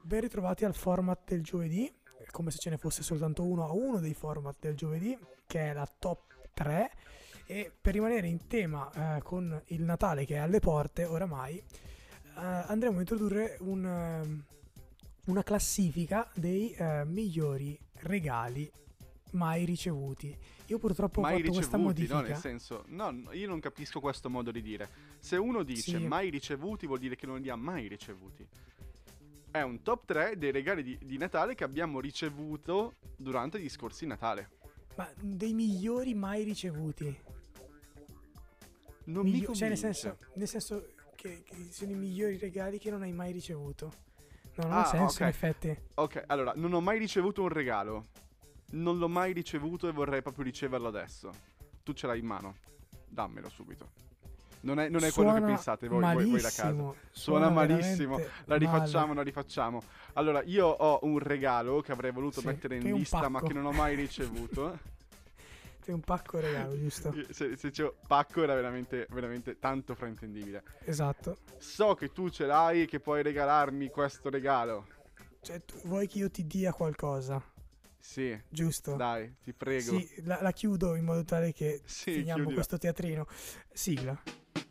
ben ritrovati al format del giovedì, come se ce ne fosse soltanto uno a uno dei format del giovedì, che è la top 3. E per rimanere in tema con il Natale che è alle porte oramai, andremo a introdurre una classifica dei migliori regali mai ricevuti. Io purtroppo ho Mai fatto questa ricevuti, no? modifica. Nel senso, no, io non capisco questo modo di dire. Se uno dice Sì. mai ricevuti, vuol dire che non li ha mai ricevuti. È un top 3 dei regali di Natale che abbiamo ricevuto durante gli scorsi Natale. Ma dei migliori mai ricevuti. Non mi Cioè convince. nel senso che sono i migliori regali che non hai mai ricevuto. No, non ha senso, ok. in effetti. Ok, allora, non ho mai ricevuto un regalo. Non l'ho mai ricevuto e vorrei proprio riceverlo adesso. Tu ce l'hai in mano. Dammelo subito. Non è quello che Suona pensate voi da casa. malissimo. Suona malissimo. veramente La rifacciamo, male. la rifacciamo. Allora, io ho un regalo che avrei voluto Sì, mettere che in è un lista, ma pacco. che non ho mai ricevuto. È un pacco regalo, giusto? Se dicevo pacco era veramente, veramente tanto fraintendibile. Esatto. So che tu ce l'hai e che puoi regalarmi questo regalo. Cioè, tu vuoi che io ti dia qualcosa, Sì, giusto? dai, ti prego. Sì, la chiudo in modo tale che Sì, finiamo chiudila. questo teatrino. Sigla.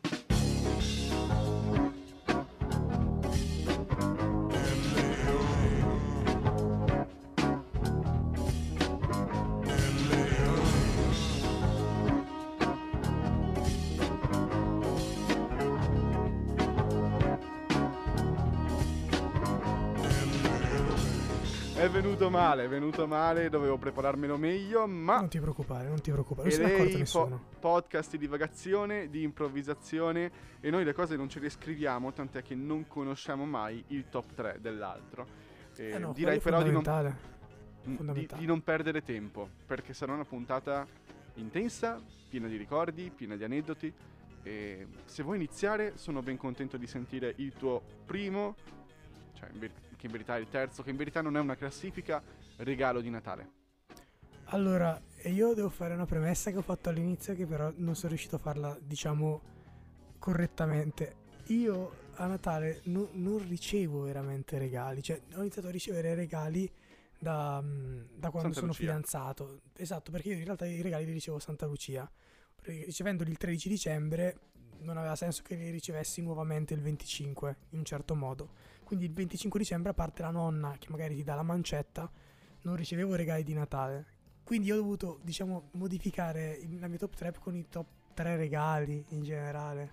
È venuto male, dovevo prepararmelo meglio, ma Non ti preoccupare, non se ne è lei accorto nessuno. podcast di divagazione, di improvvisazione e noi le cose non ce le scriviamo, tant'è che non conosciamo mai il top 3 dell'altro. No, Direi quello è però fondamentale. di Fondamentale. non perdere tempo, perché sarà una puntata intensa, piena di ricordi, piena di aneddoti. E se vuoi iniziare, sono ben contento di sentire il tuo primo, cioè che in verità è il terzo, che in verità non è una classifica, regalo di Natale. Allora, io devo fare una premessa che ho fatto all'inizio che però non sono riuscito a farla, diciamo, correttamente. Io a Natale non ricevo veramente regali, cioè ho iniziato a ricevere regali da quando Santa sono Lucia. fidanzato. Esatto, perché io in realtà i regali li ricevo a Santa Lucia. Perché ricevendoli il 13 dicembre non aveva senso che li ricevessi nuovamente il 25, in un certo modo. Quindi il 25 dicembre, a parte la nonna che magari ti dà la mancetta, non ricevevo regali di Natale. Quindi ho dovuto, diciamo, modificare la mia top 3 con i top 3 regali in generale.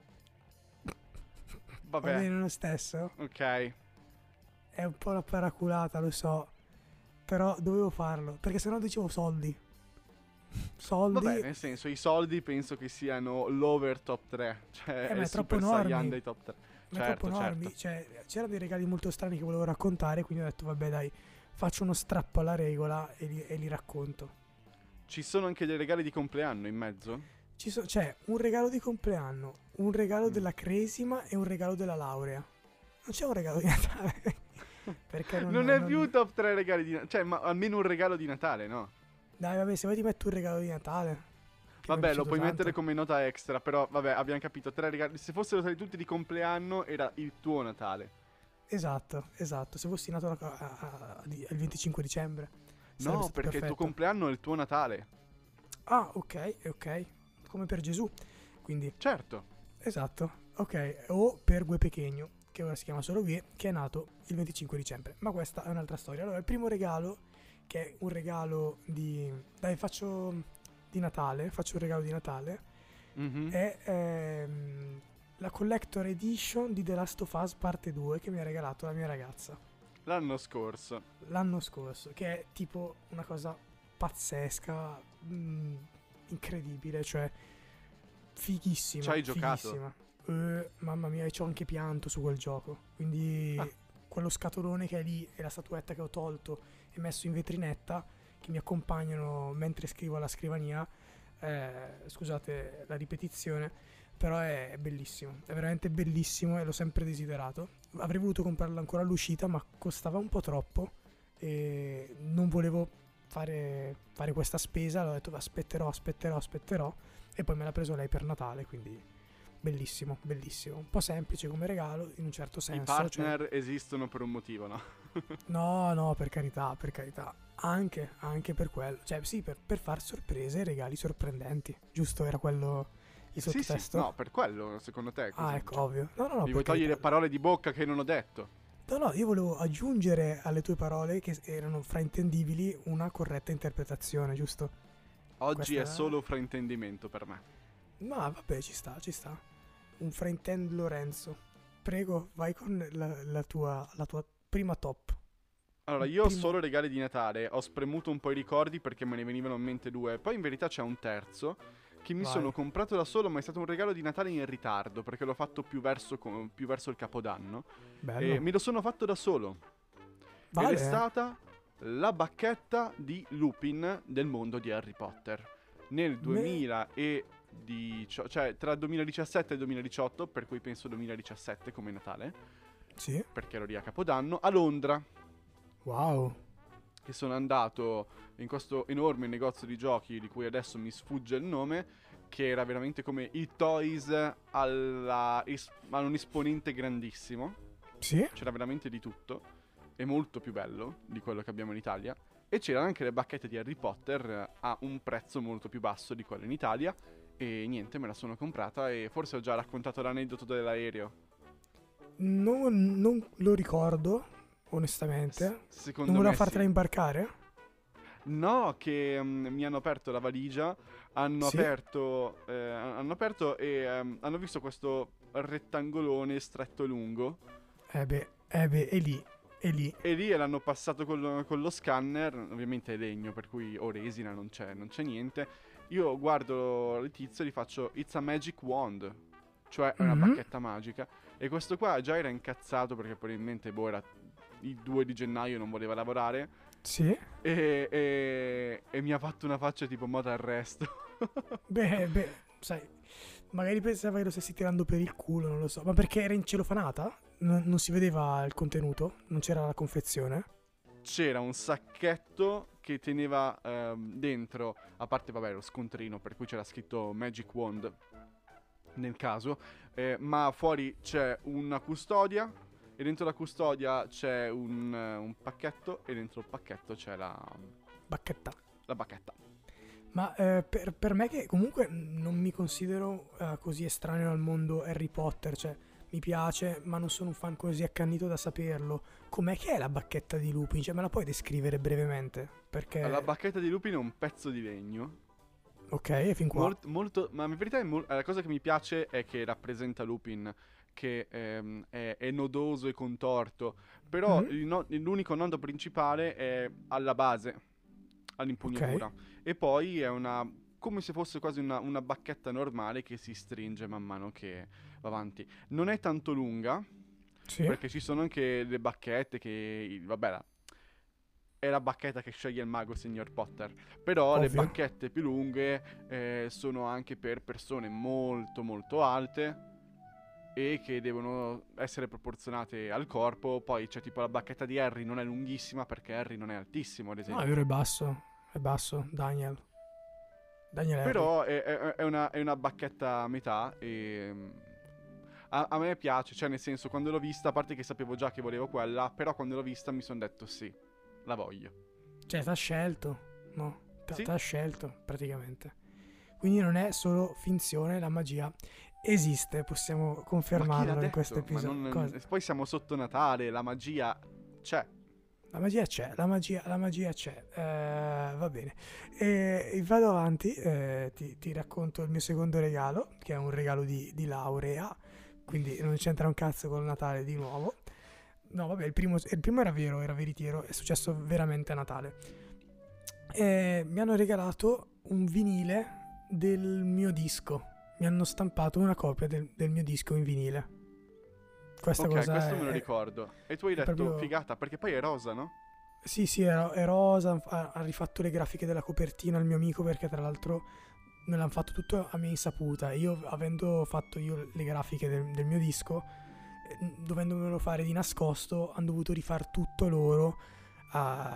Va Vabbè, bene lo stesso? ok. È un po' una paraculata, lo so. Però dovevo farlo, perché sennò dicevo soldi. Soldi. Vabbè, nel senso, i soldi penso che siano l'over top 3. Cioè, ma è è troppo Super Saiyan enormi. dei top 3. Ma è Certo, troppo enormi. certo. Cioè, c'erano dei regali molto strani che volevo raccontare, quindi ho detto, vabbè dai, faccio uno strappo alla regola e li racconto. Ci sono anche dei regali di compleanno in mezzo? C'è un regalo di compleanno, un regalo della cresima e un regalo della laurea. Non c'è un regalo di Natale. Perché Non è più top 3 regali di Natale. Cioè, ma almeno un regalo di Natale, no? Dai, vabbè, se vuoi ti metto un regalo di Natale. che mi è Vabbè, lo piaciuto puoi tanto. mettere come nota extra, però vabbè, abbiamo capito, 3 regali. Se fossero stati tutti di compleanno, era il tuo Natale. Esatto. Se fossi nato il 25 dicembre. sarebbe No, stato perché il tuo perfetto. compleanno è il tuo Natale. Ah, ok. Come per Gesù. Quindi, Certo. esatto. Ok, o per Gue Pequeño, che ora si chiama solo Gue, che è nato il 25 dicembre. Ma questa è un'altra storia. Allora, il primo regalo, che è un regalo di... Dai, faccio di Natale, faccio un regalo di Natale, Mhm. è la Collector Edition di The Last of Us Parte 2 che mi ha regalato la mia ragazza L'anno scorso. l'anno scorso, che è tipo una cosa pazzesca, incredibile, cioè fighissima. Ci hai giocato? Fighissima. Mamma mia, ci ho anche pianto su quel gioco. Quindi Ah. quello scatolone che è lì e la statuetta che ho tolto e messo in vetrinetta, che mi accompagnano mentre scrivo alla scrivania, scusate la ripetizione, però è bellissimo, è veramente bellissimo e l'ho sempre desiderato. Avrei voluto comprarlo ancora all'uscita, ma costava un po' troppo e non volevo fare questa spesa. Ho detto aspetterò e poi me l'ha preso lei per Natale, quindi bellissimo, bellissimo. Un po' semplice come regalo, in un certo I senso. partner esistono per un motivo, no? No, per carità, per carità. Anche per quello. Cioè, sì, per far sorprese e regali sorprendenti. Giusto? Era quello il Sì, sottotesto? no, per quello, secondo te. Così, Ah, ecco, cioè, ovvio. No, mi vuoi per togliere carità. parole di bocca che non ho detto? No, io volevo aggiungere alle tue parole, che erano fraintendibili, una corretta interpretazione, giusto? Oggi Questa è solo fraintendimento per me. Ma vabbè, ci sta, ci sta. Un fraintend Lorenzo. Prego, vai con la tua prima top. Allora, Il io ho primo... solo regali di Natale, ho spremuto un po' i ricordi perché me ne venivano in mente due. Poi in verità c'è un terzo che mi sono Vai. comprato da solo, ma è stato un regalo di Natale in ritardo perché l'ho fatto più verso il Capodanno. E Bello. me lo sono fatto da solo. Ed è Vale, eh? stata la bacchetta di Lupin del mondo di Harry Potter. Nel Me... 2018, cioè tra 2017 e 2018, per cui penso 2017 come Natale, Sì. perché ero lì a Capodanno, a Londra. Wow. Che sono andato in questo enorme negozio di giochi di cui adesso mi sfugge il nome, che era veramente come i Toys a un esponente grandissimo. Sì? C'era veramente di tutto, e molto più bello di quello che abbiamo in Italia. E c'erano anche le bacchette di Harry Potter a un prezzo molto più basso di quello in Italia. E niente, me la sono comprata e forse ho già raccontato l'aneddoto dell'aereo. Non lo ricordo, onestamente. Non Secondo voleva me fartela sì. imbarcare? No, che mi hanno aperto la valigia, hanno Sì? aperto e hanno visto questo rettangolone stretto e lungo. È lì, è lì. E lì l'hanno passato con lo scanner, ovviamente è legno, per cui o resina, non c'è niente. Io guardo il tizio e gli faccio It's a magic wand, cioè è una Mhm. bacchetta magica. E questo qua già era incazzato perché probabilmente era il 2 di gennaio, non voleva lavorare. Sì? E mi ha fatto una faccia tipo moda arresto. Beh, sai, magari pensava che lo stessi tirando per il culo, non lo so. Ma perché era in celofanata? Non si vedeva il contenuto? Non c'era la confezione? C'era un sacchetto che teneva dentro, a parte vabbè lo scontrino per cui c'era scritto Magic Wand nel caso, ma fuori c'è una custodia e dentro la custodia c'è un pacchetto e dentro il pacchetto c'è Bacchetta. la bacchetta. Ma per me che comunque non mi considero così estraneo al mondo Harry Potter, cioè mi piace, ma non sono un fan così accanito da saperlo. Com'è che è la bacchetta di Lupin? Cioè me la puoi descrivere brevemente? La Perché... bacchetta di Lupin è un pezzo di legno. Ok, e fin qua. Molto, ma in verità la cosa che mi piace è che rappresenta Lupin, che è nodoso e contorto, però Mhm. l'unico nodo principale è alla base, Ok, all'impugnatura, e poi è come se fosse quasi una bacchetta normale che si stringe man mano che va avanti. Non è tanto lunga, sì, perché ci sono anche le bacchette che, vabbè, è la bacchetta che sceglie il mago signor Potter. Però le ovvio. bacchette più lunghe sono anche per persone molto molto alte e che devono essere proporzionate al corpo. Poi c'è tipo la bacchetta di Harry, non è lunghissima perché Harry non è altissimo, ad No, è esempio. vero, è basso, Daniel. Daniel Harry. Però è una bacchetta a metà e a me piace, cioè nel senso quando l'ho vista, a parte che sapevo già che volevo quella, però quando l'ho vista mi sono detto sì, la voglio. Cioè, t'ha scelto, no? Sì? T'ha scelto, praticamente. Quindi non è solo finzione, la magia esiste, possiamo Ma chi l'ha confermarlo in questo detto? Ma episodio. Cosa? poi siamo sotto Natale, la magia c'è. La magia c'è, la magia c'è. Va bene. E vado avanti, ti racconto il mio secondo regalo, che è un regalo di laurea, quindi non c'entra un cazzo col Natale di nuovo. No, vabbè, il primo era vero, era veritiero, è successo veramente a Natale. Mi hanno regalato un vinile del mio disco. Mi hanno stampato una copia del mio disco in vinile. Questa Ok, cosa questo me lo ricordo. E tu hai è detto proprio... figata, perché poi è rosa, no? Sì, è rosa, ha rifatto le grafiche della copertina al mio amico perché tra l'altro me l'hanno fatto tutto a mia insaputa. Io, avendo fatto io le grafiche del mio disco, dovendomelo fare di nascosto, hanno dovuto rifare tutto loro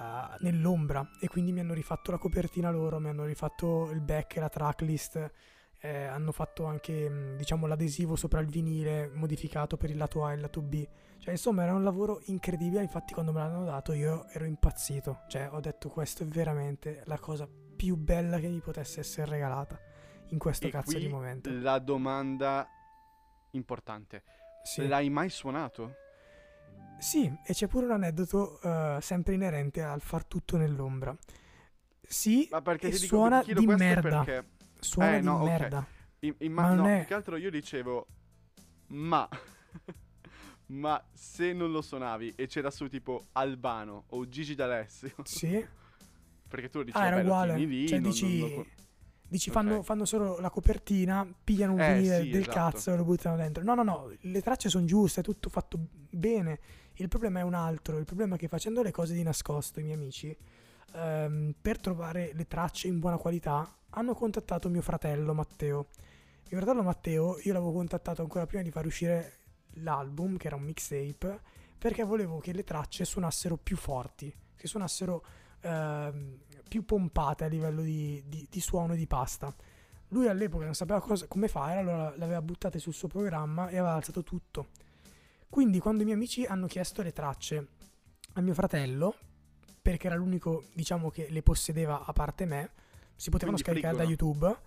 nell'ombra e quindi mi hanno rifatto la copertina loro, mi hanno rifatto il back e la tracklist, hanno fatto anche diciamo l'adesivo sopra il vinile modificato per il lato A e il lato B. Cioè insomma era un lavoro incredibile, infatti quando me l'hanno dato io ero impazzito, cioè ho detto questo è veramente la cosa più bella che mi potesse essere regalata in questo E cazzo di qui momento. la domanda importante. Sì. L'hai mai suonato? Sì, e c'è pure un aneddoto sempre inerente al far tutto nell'ombra. Sì, Ma perché e ti dico, suona ti chiedo di questo merda. perché... Suona di no, ok. merda. Ma non No, è... più che altro io dicevo, ma... ma se non lo suonavi e c'era su tipo Albano o Gigi D'Alessio, Sì? perché tu dici, Ah, era vabbè, lo tieni uguale. lì, Cioè non lo... dici Ok. fanno solo la copertina, pigliano un vinile Sì, del esatto. cazzo e lo buttano dentro. No, no, no, le tracce sono giuste, è tutto fatto bene. Il problema è un altro. Il problema è che facendo le cose di nascosto i miei amici, per trovare le tracce in buona qualità, hanno contattato mio fratello Matteo. Mio fratello Matteo, io l'avevo contattato ancora prima di far uscire l'album, che era un mixtape, perché volevo che le tracce suonassero più forti, che suonassero più pompate a livello di suono e di pasta. Lui all'epoca non sapeva come fare, allora le aveva buttate sul suo programma e aveva alzato tutto. Quindi quando i miei amici hanno chiesto le tracce a mio fratello, perché era l'unico, diciamo, che le possedeva a parte me, si potevano Quindi scaricare da friggono. YouTube.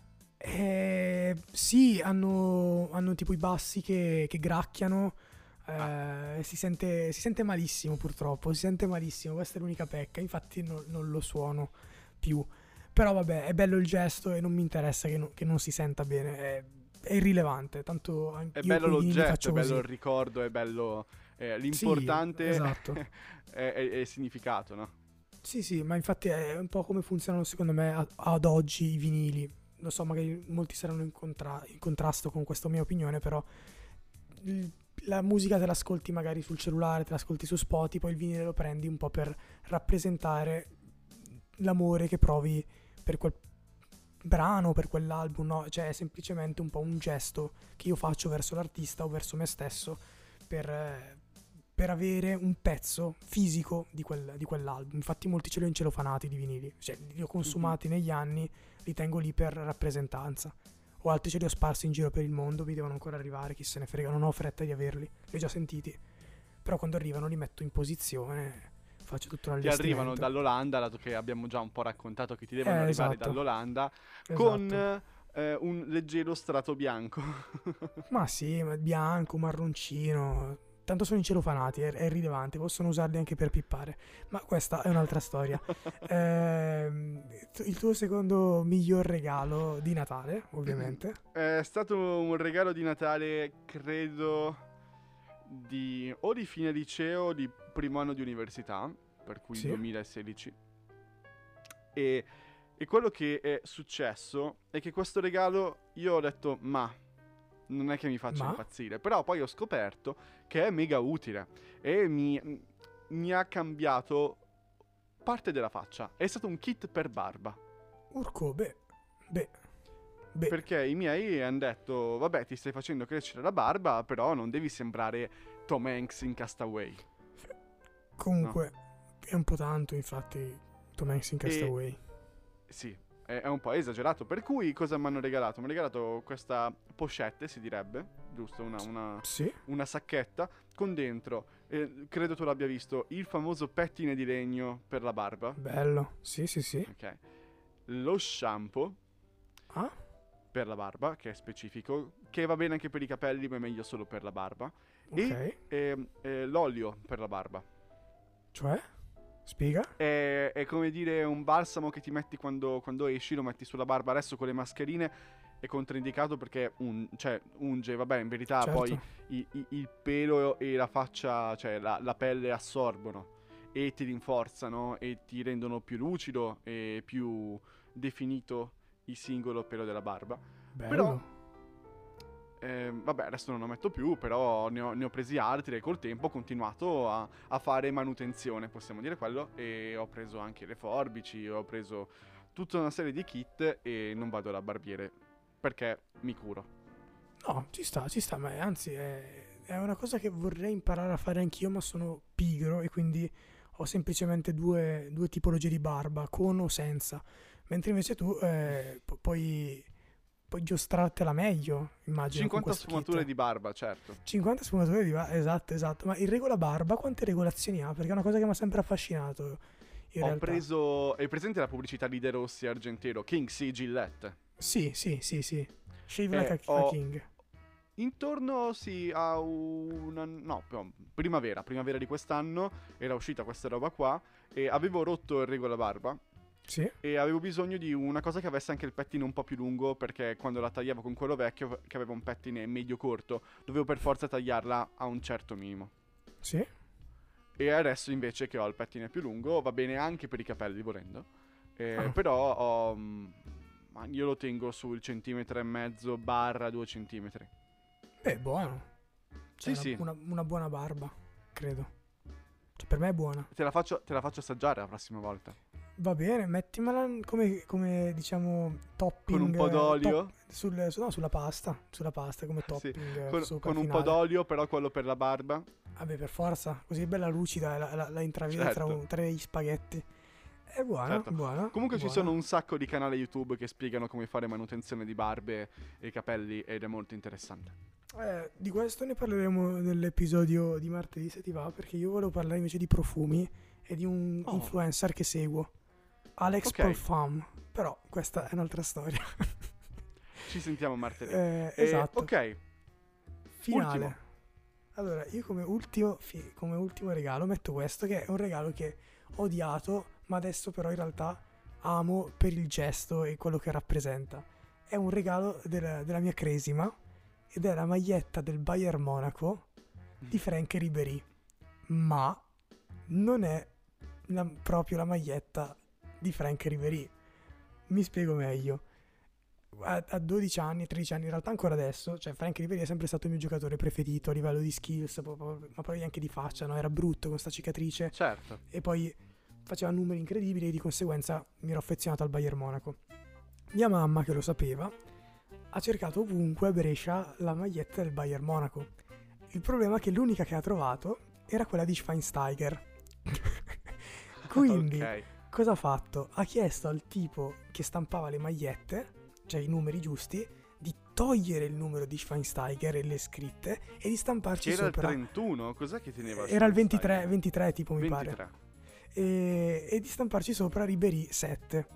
Sì, hanno tipo i bassi che gracchiano. Ah, Si sente malissimo purtroppo, si sente malissimo, questa è l'unica pecca, infatti non lo suono più. Però vabbè, è bello il gesto e non mi interessa che non si senta bene, è irrilevante, tanto è io bello con i vinili l'oggetto, è faccio bello così. il ricordo, è bello... Sì, l'importante esatto. è il significato, no? Sì, sì, ma infatti è un po' come funzionano secondo me ad oggi i vinili. Lo so, magari molti saranno in contrasto con questa mia opinione, però il- la musica te l'ascolti magari sul cellulare, te l'ascolti su Spotify, poi il vinile lo prendi un po' per rappresentare l'amore che provi per quel brano, per quell'album, no? Cioè è semplicemente un po' un gesto che io faccio verso l'artista o verso me stesso per, eh, per avere un pezzo fisico di quell'album. Infatti molti ce li ho incelofanati di vinili, cioè li ho Mhm. consumati negli anni, li tengo lì per rappresentanza. O altri ce li ho sparsi in giro per il mondo, mi devono ancora arrivare, chi se ne frega, non ho fretta di averli, li ho già sentiti. Però quando arrivano li metto in posizione, faccio tutto Ti arrivano l'allestimento. dall'Olanda, dato che abbiamo già un po' raccontato che ti devono arrivare Esatto, dall'Olanda, con esatto. un leggero strato bianco. Ma sì, ma bianco, marroncino. Tanto sono incelofanati, è irrilevante, possono usarli anche per pippare. Ma questa è un'altra storia. Il tuo secondo miglior regalo di Natale, ovviamente. È stato un regalo di Natale, credo, o di fine liceo o di primo anno di università, per cui il Sì. 2016. E, e quello che è successo è che questo regalo io ho detto, ma non è che mi faccia Ma? impazzire, però poi ho scoperto che è mega utile e mi ha cambiato parte della faccia. È stato un kit per barba. Urco, beh, beh. Perché i miei hanno detto, vabbè, ti stai facendo crescere la barba, però non devi sembrare Tom Hanks in Castaway, no? Comunque, è un po' tanto, infatti, Tom Hanks in E Castaway. sì, è un po' esagerato. Per cui cosa mi hanno regalato? Mi hanno regalato questa pochette, si direbbe, giusto? Sì, Una sacchetta con dentro, credo tu l'abbia visto, il famoso pettine di legno per la barba. bello. Sì, sì, sì. Ok. Lo shampoo Ah, per la barba, che è specifico, che va bene anche per i capelli, ma è meglio solo per la barba. E ok. l'olio per la barba. Cioè? Spiega? È come dire un balsamo che ti metti quando esci, lo metti sulla barba. Adesso con le mascherine è controindicato perché cioè, unge, vabbè, in verità poi Certo. il pelo e la faccia, cioè la pelle assorbono e ti rinforzano e ti rendono più lucido e più definito il singolo pelo della barba. Però, Bello. vabbè, adesso non lo metto più, però ne ho presi altri e col tempo ho continuato a fare manutenzione, possiamo dire quello, e ho preso anche le forbici, ho preso tutta una serie di kit e non vado da barbiere perché mi curo. No, ci sta, ma anzi è una cosa che vorrei imparare a fare anch'io, ma sono pigro e quindi ho semplicemente due tipologie di barba, con o senza. Mentre invece tu puoi puoi giostrartela meglio, immagino. 50 sfumature di barba, certo. 50 sfumature di barba, esatto. Ma il regola barba quante regolazioni ha? Perché è una cosa che mi ha sempre affascinato. Ho preso... Hai presente la pubblicità di De Rossi Argentero? King C. Gillette? Sì. Shave like a king. Intorno sì a una... no, primavera di quest'anno era uscita questa roba qua e avevo rotto il regola barba. Sì. E avevo bisogno di una cosa che avesse anche il pettine un po' più lungo, perché quando la tagliavo con quello vecchio, che aveva un pettine medio corto, dovevo per forza tagliarla a un certo minimo. Sì. E adesso invece che ho il pettine più lungo va bene anche per i capelli volendo. Però ma io lo tengo sul 1,5 cm / 2 centimetri. Beh, buono. Cioè, Sì. Una buona barba, credo. Cioè, per me è buona. Te la faccio assaggiare la prossima volta. Va bene, mettimela come diciamo topping. Con un po' d'olio. Sulla pasta. Sulla pasta come topping. Sì, con un po' d'olio, però quello per la barba. Vabbè, per forza. Così è bella lucida, la intravedi Certo. tra gli spaghetti. È buona, Certo. buona. Comunque buona. ci sono un sacco di canali YouTube che spiegano come fare manutenzione di barbe e capelli ed è molto interessante. Di questo ne parleremo nell'episodio di martedì, se ti va, perché io volevo parlare invece di profumi e di un influencer che seguo, Alex Parfum. Però questa è un'altra storia. Ci sentiamo martedì. Esatto. Ok. Finale. Ultimo. Allora, io come ultimo regalo metto questo, che è un regalo che ho odiato, ma adesso però in realtà amo per il gesto e quello che rappresenta. È un regalo della mia cresima ed è la maglietta del Bayern Monaco di Franck Ribéry, ma non è proprio la maglietta di Franck Ribéry. Mi spiego meglio. A 12 anni, 13 anni, in realtà ancora adesso, cioè Franck Ribéry è sempre stato il mio giocatore preferito a livello di skills, ma poi anche di faccia, no? Era brutto con sta cicatrice. Certo. E poi faceva numeri incredibili e di conseguenza mi ero affezionato al Bayern Monaco. Mia mamma, che lo sapeva, ha cercato ovunque a Brescia la maglietta del Bayern Monaco. Il problema è che l'unica che ha trovato era quella di Schweinsteiger. Quindi, cosa ha fatto? Ha chiesto al tipo che stampava le magliette, cioè i numeri giusti, di togliere il numero di Schweinsteiger e le scritte e di stamparci era sopra. Era il 31? Cos'è che teneva? Era il 23 tipo, mi 23. pare. E di stamparci sopra Ribéry 7.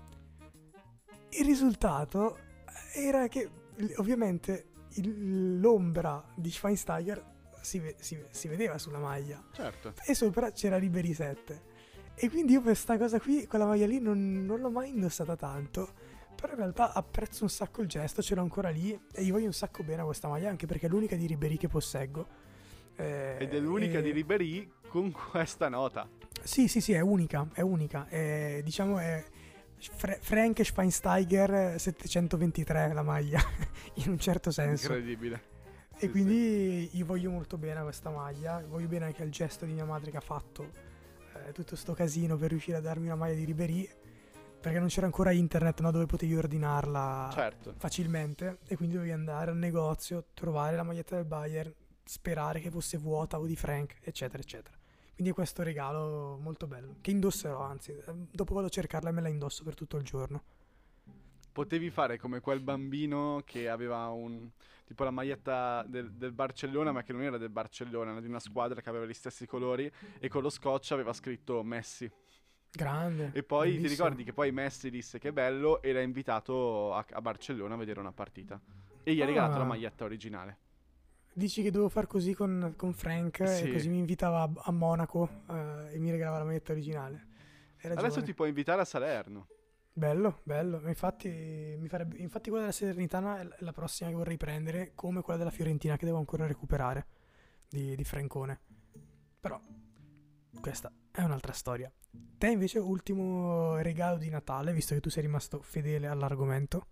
Il risultato era che ovviamente l'ombra di Schweinsteiger si vedeva sulla maglia. Certo. E sopra c'era Ribéry 7. E quindi io per sta cosa qui, quella maglia lì, non l'ho mai indossata tanto. Però in realtà apprezzo un sacco il gesto, ce l'ho ancora lì e io voglio un sacco bene a questa maglia, anche perché è l'unica di Ribéry che posseggo. Ed è l'unica di Ribéry con questa nota. Sì, è unica. Diciamo è Frank Schweinsteiger 723 la maglia, in un certo senso. Incredibile. E quindi io voglio molto bene a questa maglia, voglio bene anche al gesto di mia madre che ha fatto tutto sto casino per riuscire a darmi una maglia di Ribéry, perché non c'era ancora internet, no, dove potevi ordinarla facilmente, e quindi dovevi andare al negozio, trovare la maglietta del Bayern, sperare che fosse vuota o di Frank, eccetera eccetera. Quindi è questo regalo molto bello, che indosserò, anzi dopo vado a cercarla e me la indosso per tutto il giorno. Potevi fare come quel bambino che aveva tipo la maglietta del Barcellona, ma che non era del Barcellona, era di una squadra che aveva gli stessi colori e con lo scotch aveva scritto Messi. Grande. E poi bellissimo. Ti ricordi che poi Messi disse che bello e l'ha invitato a Barcellona a vedere una partita e gli ha regalato la maglietta originale. Dici che devo far così con Frank, sì. E così mi invitava a Monaco e mi regalava la maglietta originale. Adesso ti può invitare a Salerno. Bello. Infatti quella della Salernitana è la prossima che vorrei prendere, come quella della Fiorentina che devo ancora recuperare di Francone. Però questa è un'altra storia. Te invece ultimo regalo di Natale, visto che tu sei rimasto fedele all'argomento?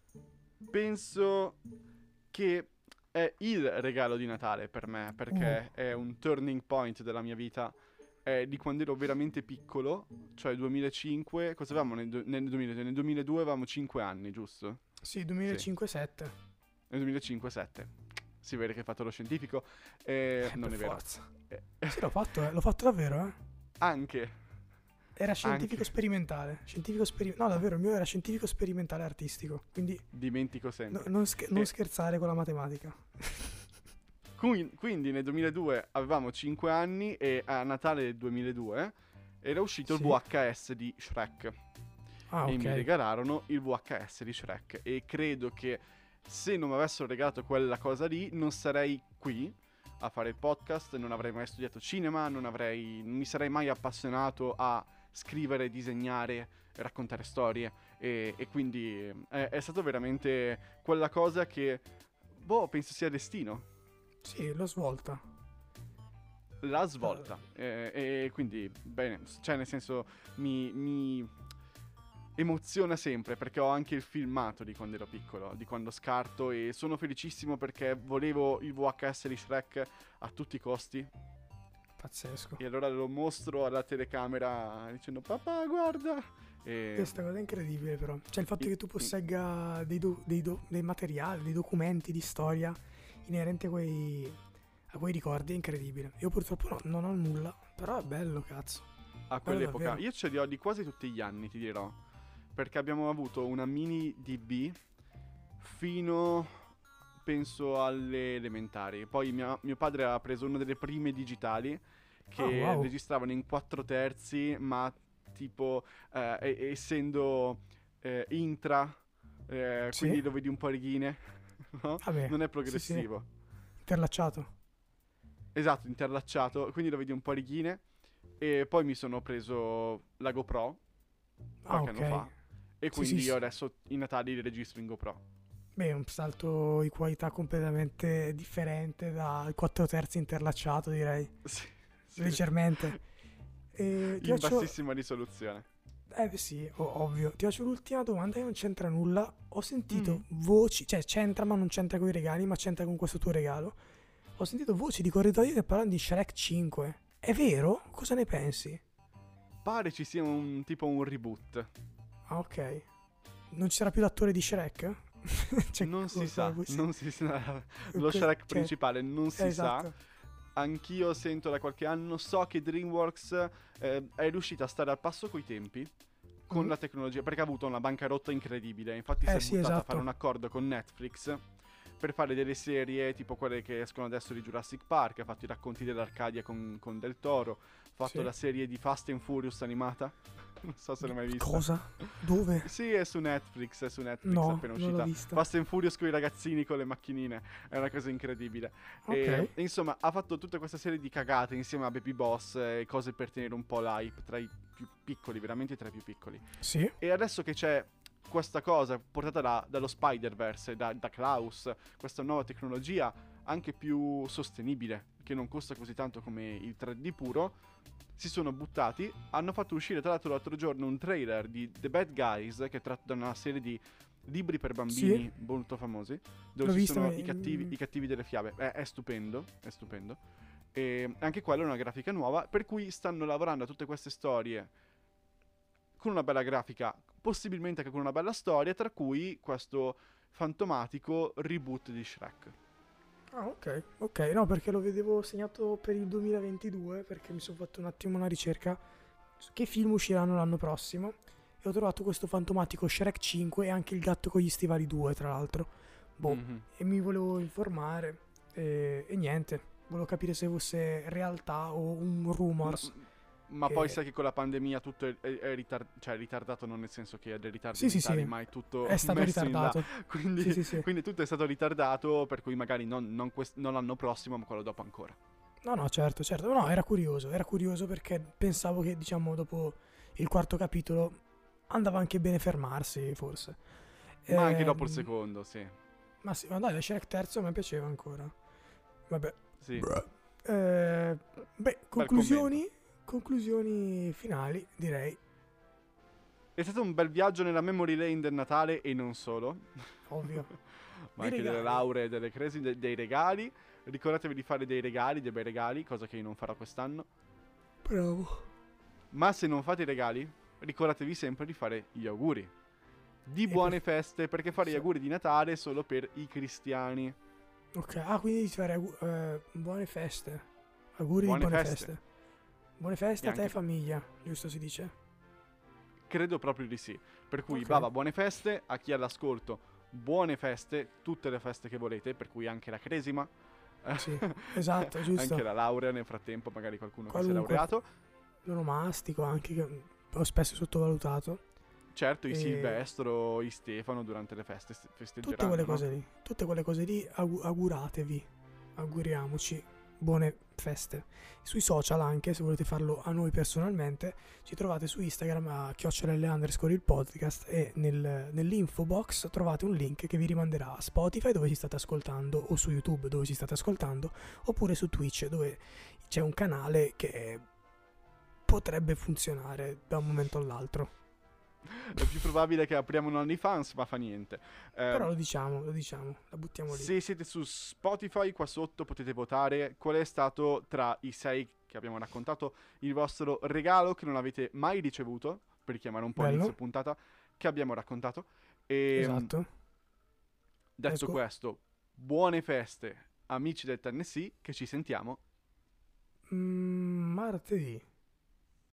Penso che è il regalo di Natale per me, perché è un turning point della mia vita. È di quando ero veramente piccolo, cioè 2005, cosa avevamo nel 2002? Nel 2002 avevamo 5 anni, giusto? Sì, 2005-7. Nel 2005-7. Si vede che hai fatto lo scientifico. Non è vero. Sì, l'ho fatto davvero, Anche. Era scientifico Anche. sperimentale. No, davvero, il mio era scientifico sperimentale artistico. Quindi Dimentico sempre. non scherzare con la matematica. Quindi nel 2002 avevamo 5 anni e a Natale del 2002 era uscito il Sì. VHS di Shrek. Ah, E ok. mi regalarono il VHS di Shrek. E credo che se non mi avessero regalato quella cosa lì, non sarei qui a fare il podcast, non avrei mai studiato cinema, non mi sarei mai appassionato a scrivere, disegnare, raccontare storie. E quindi è stato veramente quella cosa che, penso sia destino. Sì, l'ho svolta. La svolta. E quindi, bene, cioè nel senso, mi emoziona sempre perché ho anche il filmato di quando ero piccolo, di quando scarto, e sono felicissimo perché volevo il VHS di Shrek a tutti i costi Pazzesco. e allora lo mostro alla telecamera dicendo papà guarda. E Questa cosa è incredibile però. Cioè il fatto che tu possegga dei materiali, dei documenti di storia inerenti a quei ricordi è incredibile. Io purtroppo non ho nulla, però è bello, cazzo. a Bello quell'epoca davvero. io ce li ho di quasi tutti gli anni, ti dirò, perché abbiamo avuto una mini DB fino penso alle elementari. Poi mio padre ha preso una delle prime digitali che Oh, wow. registravano in 4 terzi, ma tipo essendo intra, quindi Sì? lo vedi un po' righine, no? Vabbè. Non è Sì, sì. progressivo. Interlacciato. Esatto, interlacciato, quindi lo vedi un po' righine. E poi mi sono preso la GoPro Ah, qualche ok. anno fa. E Sì, sì, quindi io sì. adesso i Natali li registro in GoPro. Beh, è un salto di qualità completamente differente dal 4 terzi interlacciato, direi. Sì, sì. Leggermente. E ti In faccio... bassissima risoluzione. beh sì, ovvio. Ti faccio l'ultima domanda che non c'entra nulla. Ho sentito Mhm. voci, cioè c'entra ma non c'entra con i regali, ma c'entra con questo tuo regalo. Ho sentito voci di corridoio che parlano di Shrek 5. È vero? Cosa ne pensi? Pare ci sia un tipo un reboot. Ah, ok. Non ci sarà più l'attore di Shrek? Cioè, Non si sa, non si sa. Lo Ok, Shrek cioè, principale non si sa. esatto. Anch'io sento da qualche anno, so che DreamWorks è riuscita a stare al passo coi tempi con Mm. la tecnologia, perché ha avuto una bancarotta incredibile. Infatti si è Sì, buttata a esatto. fare un accordo con Netflix per fare delle serie tipo quelle che escono adesso di Jurassic Park. Ha fatto i racconti dell'Arcadia con Del Toro. Ha fatto Sì. la serie di Fast and Furious animata. Non so se l'hai mai vista. Cosa? Dove? Sì, è su Netflix, No, appena non l'ho uscita. vista. Fast and Furious con i ragazzini con le macchinine, è una cosa incredibile. Ok. E insomma, ha fatto tutta questa serie di cagate insieme a Baby Boss e cose per tenere un po' l'hype tra i più piccoli, veramente tra i più piccoli. Sì. E adesso che c'è questa cosa portata dallo Spider-Verse, da Klaus, questa nuova tecnologia anche più sostenibile, che non costa così tanto come il 3D puro, si sono buttati, hanno fatto uscire tra l'altro l'altro giorno un trailer di The Bad Guys, che è tratto da una serie di libri per bambini Sì. molto famosi, dove L'ho ci visto, sono ma- i cattivi delle fiabe. È stupendo, è stupendo. E anche quella è una grafica nuova, per cui stanno lavorando a tutte queste storie con una bella grafica, possibilmente anche con una bella storia, tra cui questo fantomatico reboot di Shrek. Ah, ok. Ok, no, perché lo vedevo segnato per il 2022, perché mi sono fatto un attimo una ricerca su che film usciranno l'anno prossimo e ho trovato questo fantomatico Shrek 5 e anche il gatto con gli stivali 2, tra l'altro. Boh, Mhm. e mi volevo informare e niente. Volevo capire se fosse realtà o un rumors. Ma che- poi sai che con la pandemia tutto è ritardato, non nel senso che ha dei ritardi Sì, sì, mentali, sì. ma è tutto È stato messo in là. ritardato. Quindi, Sì, sì, sì. quindi tutto è stato ritardato, per cui magari non l'anno prossimo, ma quello dopo ancora. No, no, certo, certo. No, era curioso perché pensavo che, diciamo, dopo il quarto capitolo andava anche bene fermarsi, forse. Ma anche dopo il Ehm, secondo, sì. Ma sì, ma dai, la Shrek terzo a me piaceva ancora. Vabbè. Sì. Eh, beh, Bel conclusioni finali, direi. È stato un bel viaggio nella memory lane del Natale e non solo. Ovvio. Ma Dei anche delle regali. lauree, delle crisi, dei regali. Ricordatevi di fare dei regali, dei bei regali, cosa che io non farò quest'anno. Bravo. Ma se non fate i regali, ricordatevi sempre di fare gli auguri. Di E buone feste, perché fare gli sì. auguri di Natale è solo per i cristiani. Ok, quindi di fare buone feste. Auguri Buone di buone feste. feste. Buone feste E a te e anche famiglia, giusto si dice? credo proprio di sì. Per cui, Ok. Bava, buone feste a chi è all'ascolto. Buone feste, tutte le feste che volete, per cui anche la cresima, Sì, esatto, anche giusto. la laurea nel frattempo, magari qualcuno che si è Qualunque. laureato. L'onomastico anche, che ho spesso sottovalutato. Certo, i E Silvestro, i Stefano durante le feste tutte quelle festeggeranno, no? cose lì. Tutte quelle cose lì, auguratevi. Auguriamoci. Buone feste. Sui social anche, se volete farlo a noi personalmente, ci trovate su Instagram a @l_ il podcast e nell'info box trovate un link che vi rimanderà a Spotify dove ci state ascoltando o su YouTube dove ci state ascoltando oppure su Twitch dove c'è un canale che potrebbe funzionare da un momento all'altro. È più probabile che apriamo un OnlyFans, ma fa niente. Però Ehm, lo diciamo, la buttiamo lì. Se siete su Spotify, qua sotto potete votare qual è stato tra i 6 che abbiamo raccontato il vostro regalo che non avete mai ricevuto, per richiamare un po' inizio Bello, puntata, che abbiamo raccontato. E esatto. detto Esco questo, buone feste, amici del Tennessee, che ci sentiamo martedì.